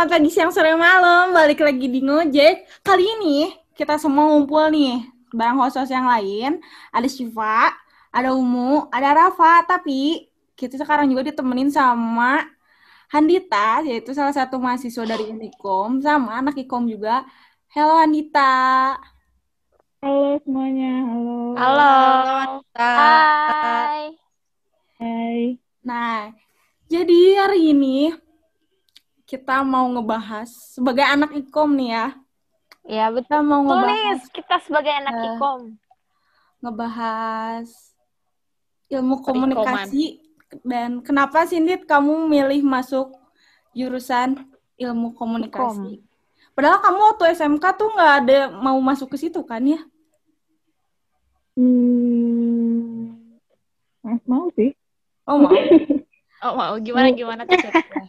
selamat pagi, siang, sore, malam. Balik lagi di Ngojek. Kali ini kita semua ngumpul nih bareng host-host yang lain. Ada Syifa, ada Umu, ada Rafa. Tapi kita sekarang juga ditemenin sama Handita, yaitu salah satu mahasiswa dari Unikom, sama anak Ikom juga. Halo Handita. Halo semuanya, halo. Halo. Hai. Hai. Nah, jadi hari ini kita mau ngebahas sebagai anak Ikom nih ya. Ya betul. Kita mau ngebahas Kita sebagai anak Ikom. ngebahas ilmu Perikoman. komunikasi. Dan kenapa sih Ndit kamu milih masuk jurusan ilmu komunikasi? Padahal kamu waktu SMK tuh nggak ada mau masuk ke situ kan ya? Mas mau sih. Oh mau? Oh mau, gimana tuh ceritanya?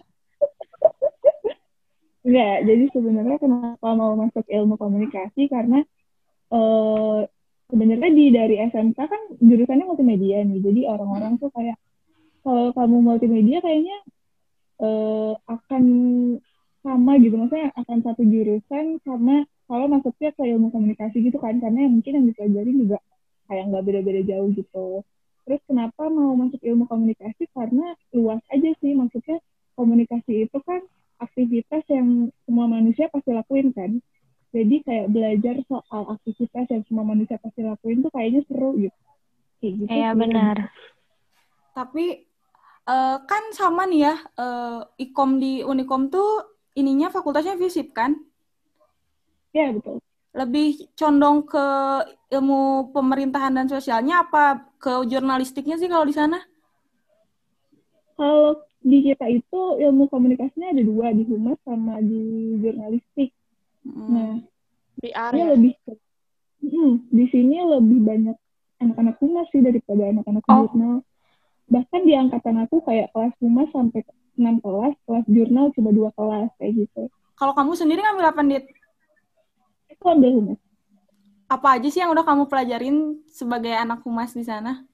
Enggak, jadi sebenarnya kenapa mau masuk ilmu komunikasi karena sebenarnya dari SMK kan jurusannya multimedia nih. Jadi orang-orang tuh kayak kalau kamu multimedia kayaknya akan sama gitu, maksudnya akan satu jurusan sama kalau masuknya ke ilmu komunikasi gitu kan, karena mungkin yang dipelajarin juga kayak nggak beda-beda jauh gitu. Terus kenapa mau masuk ilmu komunikasi? Karena luas aja sih, maksudnya komunikasi itu kan aktivitas yang semua manusia pasti lakuin kan. Jadi kayak belajar soal aktivitas yang semua manusia pasti lakuin tuh kayaknya seru gitu. Kayak gitu Iya sih. benar. Tapi kan sama nih ya, Ikom di Unikom tuh ininya fakultasnya FISIP kan? Ya betul. Lebih condong ke ilmu pemerintahan dan sosialnya apa ke jurnalistiknya sih kalau di sana? Kalau di kita itu ilmu komunikasinya ada dua, di humas sama di jurnalistik. Nah, ini lebih di sini lebih banyak anak-anak humas sih daripada anak-anak jurnal. Bahkan di angkatan aku kayak kelas humas sampai 6 kelas, kelas jurnal cuma 2 kelas kayak gitu. Kalau kamu sendiri ngambil apa, Dit? Aku ambil humas. Apa aja sih yang udah kamu pelajarin sebagai anak humas di sana?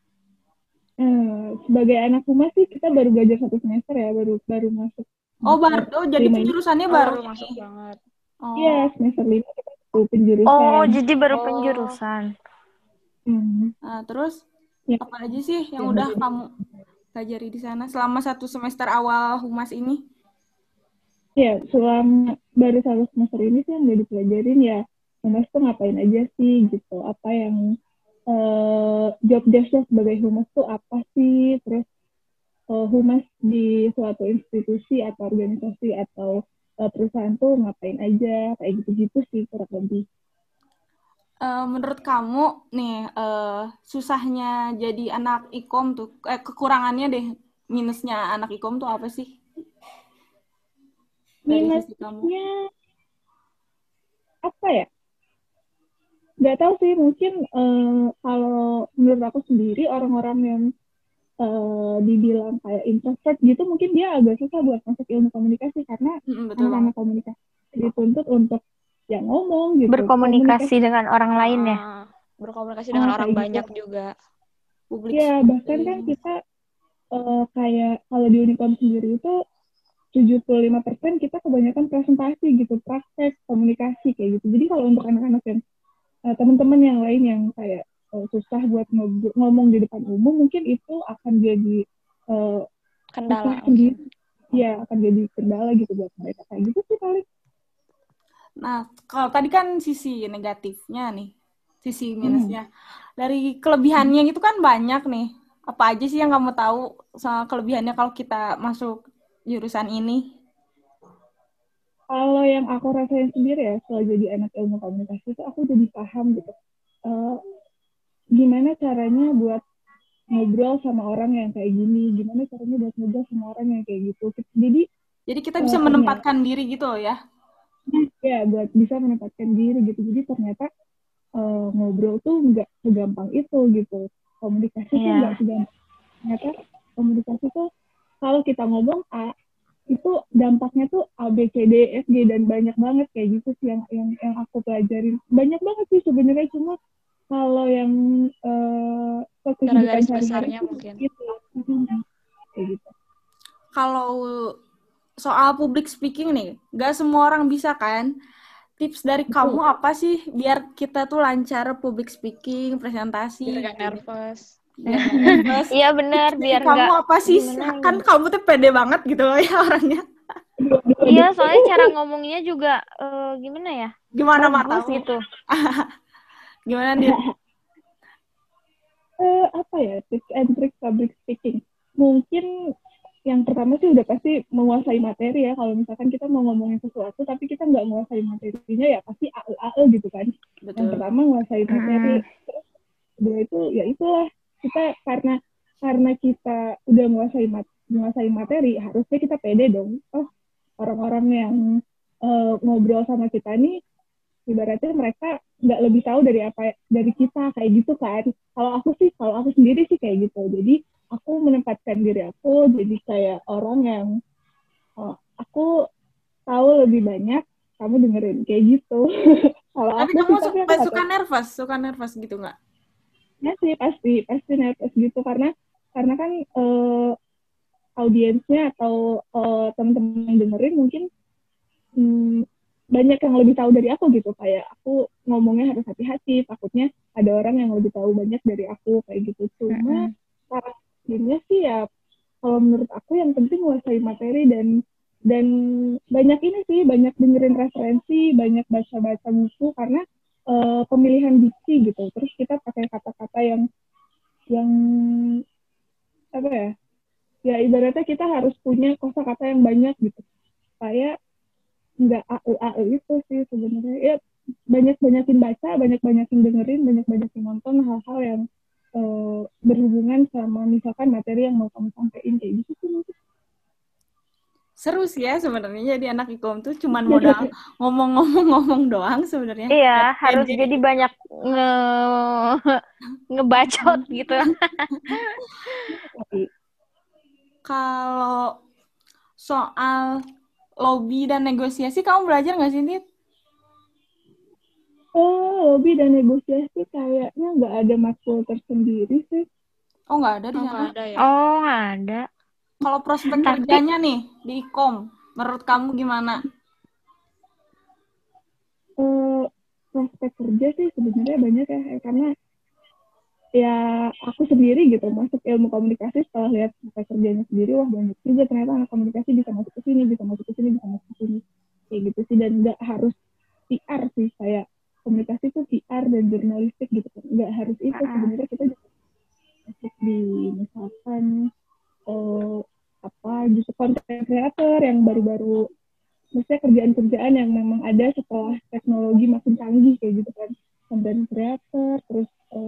Sebagai anak humas sih kita baru belajar 1 semester ya, baru masuk. Jadi penjurusannya baru masuk banget. Iya, semester 5 kita baru penjurusan. Oh, jadi baru penjurusan. Nah, terus apa aja sih yang udah kamu pelajari di sana selama 1 semester awal humas ini? Ya, selama baru 1 semester ini sih yang udah dipelajarin ya, humas tuh ngapain aja sih gitu, apa yang job desk-nya sebagai humas tuh apa sih, terus humas di suatu institusi atau organisasi atau perusahaan tuh ngapain aja, kayak gitu-gitu sih kurang lebih. Menurut kamu nih, susahnya jadi anak Ikom tuh, kekurangannya deh, minusnya anak Ikom tuh apa sih? Dari sisi kamu? Apa ya? Nggak tahu sih, mungkin kalau menurut aku sendiri orang-orang yang dibilang kayak introvert gitu, mungkin dia agak susah buat masuk ilmu komunikasi karena anak-anak komunikasi dituntut untuk yang ngomong gitu. Berkomunikasi dengan orang lain ya. Berkomunikasi dengan orang banyak gitu. Juga. Public ya, bahkan kan kita kayak kalau di Unikom sendiri itu 75% kita kebanyakan presentasi gitu, praktek komunikasi kayak gitu. Jadi kalau untuk anak-anak yang teman-teman yang lain yang kayak susah buat ngomong di depan umum, mungkin itu akan jadi kendala sendiri. Ya, akan jadi kendala gitu buat mereka kayak gitu sih paling. Nah, kalau tadi kan sisi negatifnya nih, sisi minusnya. Dari kelebihannya itu kan banyak nih. Apa aja sih yang kamu tahu soal kelebihannya kalau kita masuk jurusan ini? Kalau yang aku rasain sendiri ya, setelah jadi anak ilmu komunikasi itu aku jadi paham gitu. Gimana caranya buat ngobrol sama orang yang kayak gini, gimana caranya buat ngobrol sama orang yang kayak gitu. Jadi kita bisa menempatkan diri gitu loh ya? Ya, buat bisa menempatkan diri gitu. Jadi ternyata ngobrol tuh nggak segampang itu gitu. Komunikasi tuh nggak segampang. Ternyata komunikasi tuh kalau kita ngomong A, itu dampaknya tuh A, B, C, D, F, G, dan banyak banget kayak gitu sih yang aku pelajarin. Banyak banget sih sebenarnya, cuma kalau yang garis besarnya mungkin gitu. Kayak gitu. Kalau soal public speaking nih, gak semua orang bisa kan? Tips dari kamu apa sih biar kita tuh lancar public speaking, presentasi? Biar gak nervous. Biar gak nervous. Iya benar, Tips dari biar kamu nggak apa sih? gimana Kan gitu. kamu tuh pede banget gitu loh ya orangnya. Iya, soalnya cara ngomongnya juga gimana ya? Gimana Bagus matamu? gitu. Gimana dia? Apa ya, tips and trick public speaking? Mungkin yang pertama sih udah pasti menguasai materi ya. Kalau misalkan kita mau ngomongin sesuatu tapi kita nggak menguasai materinya, ya pasti AE gitu kan. Yang Betul. pertama menguasai materi. Terus kedua itu ya itulah, kita karena kita udah menguasai materi, harusnya kita pede dong. Oh, orang-orang yang ngobrol sama kita nih ibaratnya mereka nggak lebih tahu dari kita, kayak gitu kan. Kalau aku sendiri sih kayak gitu. Jadi aku menempatkan diri aku jadi kayak orang yang aku tahu lebih banyak, kamu dengerin, kayak gitu. Kalau Tapi aku kamu sih, tapi aku nggak suka nervous gitu nggak? ya sih, pasti nervous gitu karena kan audiensnya atau teman-teman yang dengerin mungkin banyak yang lebih tahu dari aku gitu. Kayak aku ngomongnya harus hati-hati, takutnya ada orang yang lebih tahu banyak dari aku, kayak gitu. Cuma cara ini sih ya, kalau menurut aku yang penting menguasai materi dan banyak ini sih, banyak dengerin referensi, banyak baca-baca buku, karena pemilihan diksi gitu. Terus kita pakai kata-kata yang apa ya? Ya ibaratnya kita harus punya kosakata yang banyak gitu. Supaya nggak AE itu sih sebenarnya. Ya banyakin baca, banyakin dengerin, banyakin nonton hal-hal yang berhubungan sama misalkan materi yang mau kamu sampaikan, kayak gitu sih mungkin. Seru sih ya sebenarnya jadi anak ikom tuh cuman modal ngomong doang sebenarnya. Iya, Dan harus pede. jadi banyak ngebacot gitu. Kalau soal lobby dan negosiasi kamu belajar nggak sih, Dit? Lobby dan negosiasi kayaknya nggak ada matkul tersendiri sih. Oh nggak ada di Oh, sana. nggak ada ya? Oh, nggak ada. Kalau prospek Tapi- kerjanya nih di ikom, menurut kamu gimana? Prospek kerja sih sebenarnya banyak ya, karena ya aku sendiri gitu masuk ilmu komunikasi, setelah lihat prospek kerjanya sendiri, wah banyak juga ternyata anak komunikasi bisa masuk ke sini, bisa masuk ke sini, bisa masuk ke sini, kayak gitu sih. Dan nggak harus PR sih, kayak komunikasi tuh PR dan jurnalistik gitu kan, nggak harus itu sebenarnya. Kita juga masuk di misalkan justru content creator yang baru-baru, maksudnya kerjaan-kerjaan yang memang ada setelah teknologi makin canggih kayak gitu kan, content creator, terus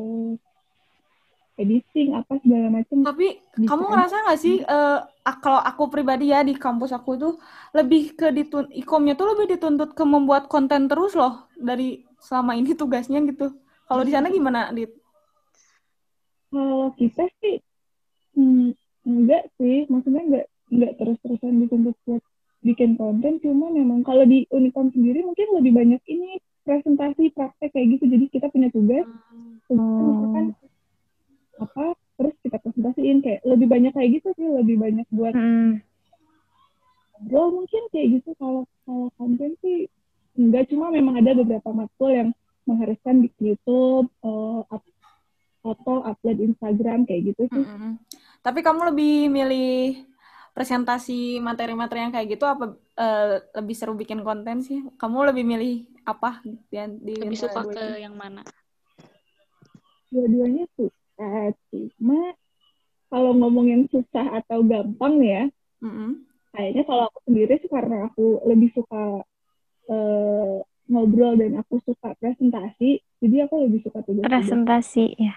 editing apa segala macam. Tapi Bisa. kamu ngerasa nggak sih kalau aku pribadi ya di kampus aku tuh lebih ke ikomnya tuh lebih dituntut ke membuat konten terus loh dari selama ini tugasnya gitu. Kalau di sana gimana, Dit? Kalau kita sih enggak sih, maksudnya enggak terus-terusan dituntut buat bikin konten, cuma memang kalau di Unicom sendiri mungkin lebih banyak ini presentasi praktek kayak gitu. Jadi kita punya tugas, misalkan apa, terus kita presentasiin, kayak lebih banyak kayak gitu sih, lebih banyak buat ngobrol mungkin kayak gitu. Kalau konten sih enggak, cuma memang ada beberapa matkul yang mengharuskan di YouTube atau upload Instagram kayak gitu sih. Tapi kamu lebih milih presentasi materi-materi yang kayak gitu apa lebih seru bikin konten sih? Kamu lebih milih apa Lebih suka ke yang mana? Dua-duanya suka, cuma kalau ngomongin susah atau gampang ya, kayaknya kalau aku sendiri sih karena aku lebih suka ngobrol dan aku suka presentasi, jadi aku lebih suka tugas presentasi ya.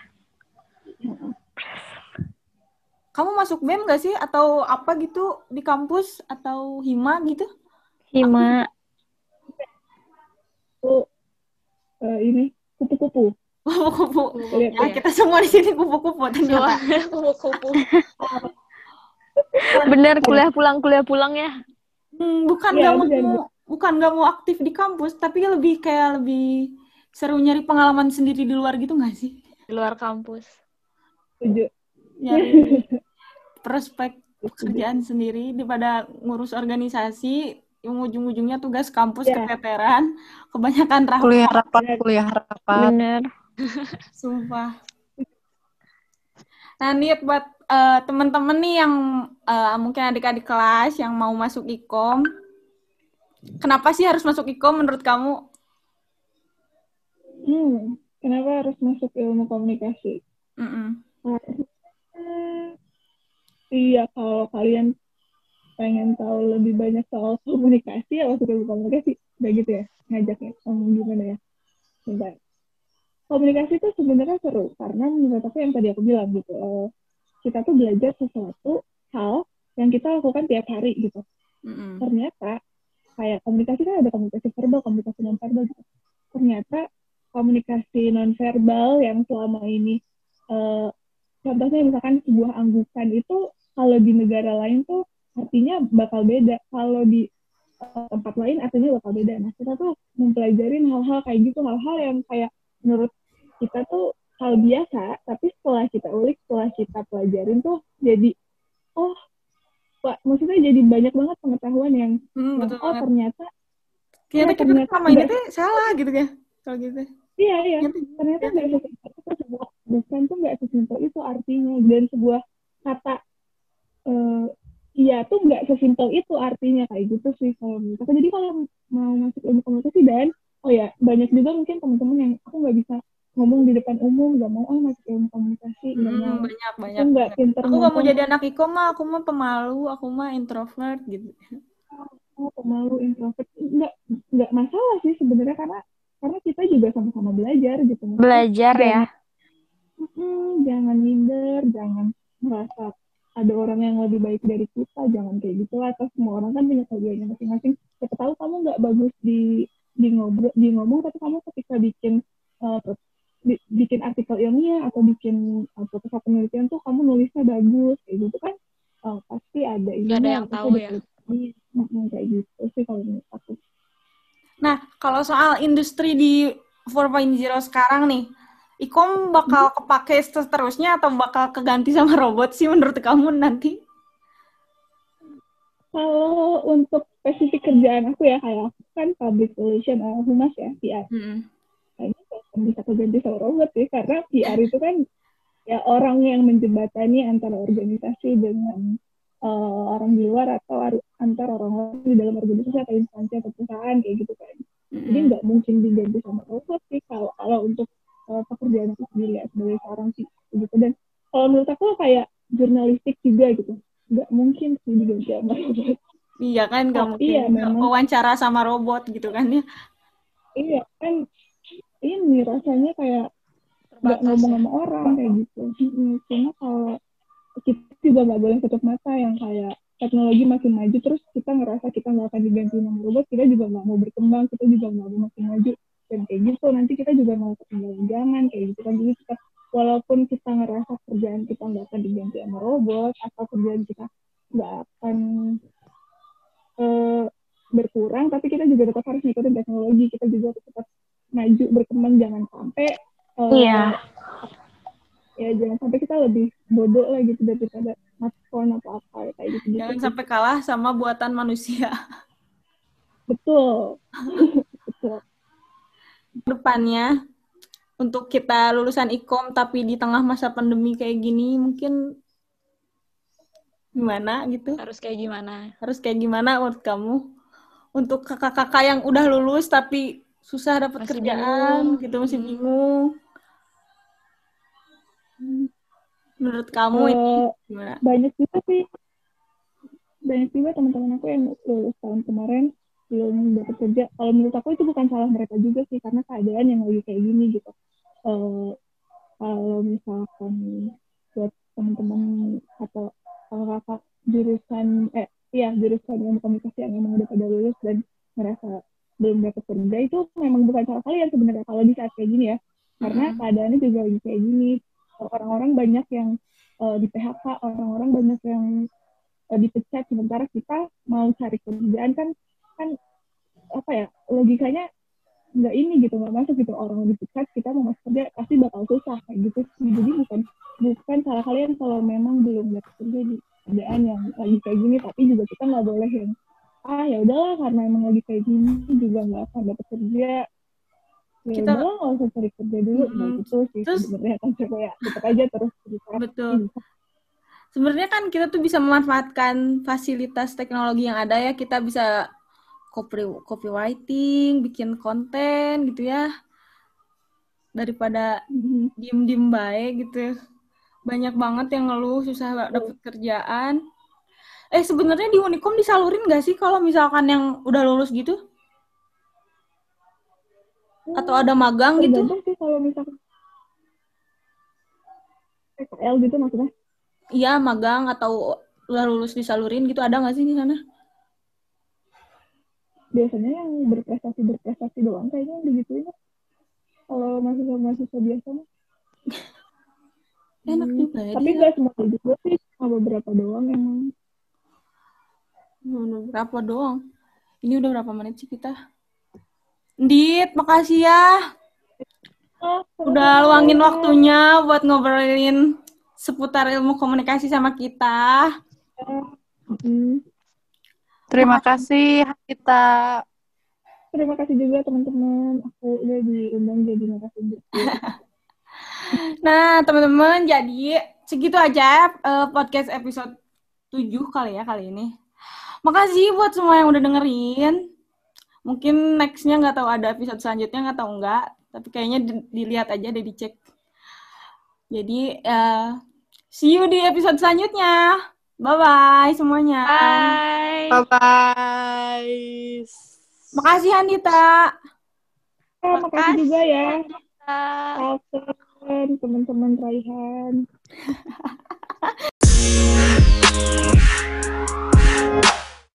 Kamu masuk BEM nggak sih atau apa gitu di kampus atau hima gitu? Hima. Ini kupu-kupu. Kupu-kupu. Ya, kita semua di sini kupu-kupu ternyata. Kupu-kupu. Bener, kuliah pulang ya. Bukan nggak mau aktif di kampus, tapi lebih seru nyari pengalaman sendiri di luar gitu nggak sih? Di luar kampus. Setuju. Nyari kerjaan sendiri daripada ngurus organisasi yang ujung-ujungnya tugas kampus keteteran, kebanyakan Kuliah rapat. Bener. sumpah. Nah, Nit, buat teman-teman nih yang mungkin adik-adik kelas yang mau masuk Ikom, kenapa sih harus masuk Ikom menurut kamu? Kenapa harus masuk ilmu komunikasi? Iya, kalau kalian pengen tahu lebih banyak soal komunikasi, ya masuk ilmu komunikasi. Udah gitu ya, ngajaknya. Gimana ya? Bentar. Komunikasi itu sebenarnya seru, karena menurut aku yang tadi aku bilang gitu, kita tuh belajar sesuatu hal yang kita lakukan tiap hari gitu. Ternyata, kayak komunikasi kan ada komunikasi verbal, komunikasi non-verbal gitu. Ternyata komunikasi non-verbal yang selama ini, contohnya misalkan sebuah anggukan itu, kalau di negara lain tuh artinya bakal beda. Kalau di tempat lain artinya bakal beda. Nah, kita tuh mempelajarin hal-hal kayak gitu, hal-hal yang kayak menurut kita tuh hal biasa, tapi setelah kita ulik, setelah kita pelajarin tuh jadi, maksudnya jadi banyak banget pengetahuan yang Betul banget. ternyata kita sama ini tuh salah gitu ya, kalau gitu. Iya. Ternyata nggak sesimpel itu, sebuah bukan tuh nggak sesimpel itu artinya, dan sebuah kata iya tuh nggak sesimpel itu artinya, kayak gitu sih kalau menurut aku. Jadi kalau mau masuk ilmu komunikasi, dan banyak juga mungkin teman-teman yang aku nggak bisa ngomong di depan umum, nggak mau masuk ilmu komunikasi, nggak mau. Banyak. Aku nggak mau jadi anak Ikom mah, aku mah pemalu, aku mah introvert gitu. Pemalu, introvert, nggak masalah sih sebenarnya, karena kita juga sama-sama belajar gitu. Belajar ya. Jangan minder, jangan merasa ada orang yang lebih baik dari kita, jangan kayak gitu lah. Atau semua orang kan punya kelebihannya masing-masing. Siapa tahu kamu nggak bagus di ngomong, tapi kamu ketika bikin artikel ilmiah atau bikin proposal penelitian tuh kamu nulisnya bagus, kayak gitu kan, pasti ada ini. Gak ada yang tahu ya. Kayak gitu sih kalau menurut aku. Nah, kalau soal industri di 4.0 sekarang nih, Ikom bakal kepake seterusnya atau bakal keganti sama robot sih menurut kamu nanti? Kalau untuk spesifik kerjaan aku ya, kayak aku kan public relation, humas ya, PR. Kayaknya bisa keganti sama robot sih, karena PR itu kan ya orang yang menjembatani antara organisasi dengan orang di luar, atau antar orang-orang di dalam organisasi atau instansi atau perusahaan, kayak gitu kan. Jadi nggak mungkin diganti sama robot sih kalau untuk pekerjaan aku sendiri ya, sebagai seorang sih gitu. Dan kalau menurut aku kayak jurnalistik juga gitu, nggak mungkin sih diganti sama robot. Iya kan, nggak mungkin wawancara sama robot gitu kan ya. Iya kan, ini rasanya kayak nggak ngomong sama orang kayak gitu. Cuma kalau kita juga nggak boleh tutup mata yang kayak teknologi makin maju terus kita ngerasa kita nggak akan diganti sama robot, kita juga nggak mau berkembang, kita juga nggak mau makin maju, dan kayak gitu nanti kita juga mau ketinggalan zaman kayak gitu kan. Jadi kita, walaupun kita ngerasa kerjaan kita nggak akan diganti sama robot atau kerjaan kita nggak akan berkurang, tapi kita juga tetap harus ngikutin teknologi, kita juga tetap maju berkembang, jangan sampai ya jangan sampai kita lebih bodoh lah gitu daripada smartphone atau apa kayak gitu. Jangan sampai kalah sama buatan manusia. Betul. Depannya untuk kita lulusan Ikom tapi di tengah masa pandemi kayak gini, mungkin gimana gitu? Harus kayak gimana menurut kamu? Untuk kakak-kakak yang udah lulus tapi susah dapat kerjaan gitu, masih bingung. Menurut kamu ini gimana? Banyak juga teman-teman aku yang lulus tahun kemarin belum dapat kerja. Kalau menurut aku itu bukan salah mereka juga sih, karena keadaan yang lagi kayak gini gitu. Kalau misalkan buat teman-teman atau kakak jurusan ilmu komunikasi yang memang udah pada lulus dan merasa belum dapat kerja, itu memang bukan salah kalian sebenarnya kalau di saat kayak gini ya, karena keadaannya juga lagi kayak gini. Orang-orang banyak yang di PHK, orang-orang banyak yang dipecat, sementara kita mau cari kerjaan kan apa ya, logikanya nggak ini gitu, nggak masuk gitu. Orang dipecat, kita mau masuk kerja pasti bakal susah kayak gitu sih. Jadi bukan salah kalian kalau memang belum dapat kerja keadaan yang lagi kayak gini, tapi juga kita nggak boleh yang ya udahlah karena emang lagi kayak gini juga nggak akan dapat kerja, ya Kita udahlah nggak usah cari kerja dulu. Nah gitu sih terus sebenarnya konsepnya, ya tetap aja terus berusaha. betul. Sebenarnya kan kita tuh bisa memanfaatkan fasilitas teknologi yang ada ya. Kita bisa copywriting, bikin konten gitu ya. Daripada diem-diem baik gitu. Banyak banget yang ngeluh susah dapet kerjaan. Sebenarnya di Unicom disalurin nggak sih kalau misalkan yang udah lulus gitu? Atau ada magang gitu? Tergantung sih kalau misalkan PKL gitu maksudnya. Iya, magang atau udah lulus disalurin gitu, ada nggak sih di sana? Biasanya yang berprestasi doang kayaknya yang digituin. Kalau mahasiswa biasa mah. Enak juga ya. Tapi nggak semua juga sih, cuma beberapa doang emang. Berapa doang? Ini udah berapa menit sih kita? Dit, makasih ya. Udah luangin waktunya buat ngobrolin seputar ilmu komunikasi sama kita. Terima kasih kita. Terima kasih juga teman-teman. Aku udah diundang jadi narasumber. Nah, teman-teman, jadi segitu aja podcast episode 7 kali ini. Makasih buat semua yang udah dengerin. Mungkin next-nya nggak tahu ada episode selanjutnya, nggak tahu nggak. Tapi kayaknya dilihat aja deh, dicek. Jadi, see you di episode selanjutnya. Bye-bye semuanya. Bye. Bye-bye. Makasih Handita. Makasih juga ya. Kak. Alvin, teman-teman Raihan.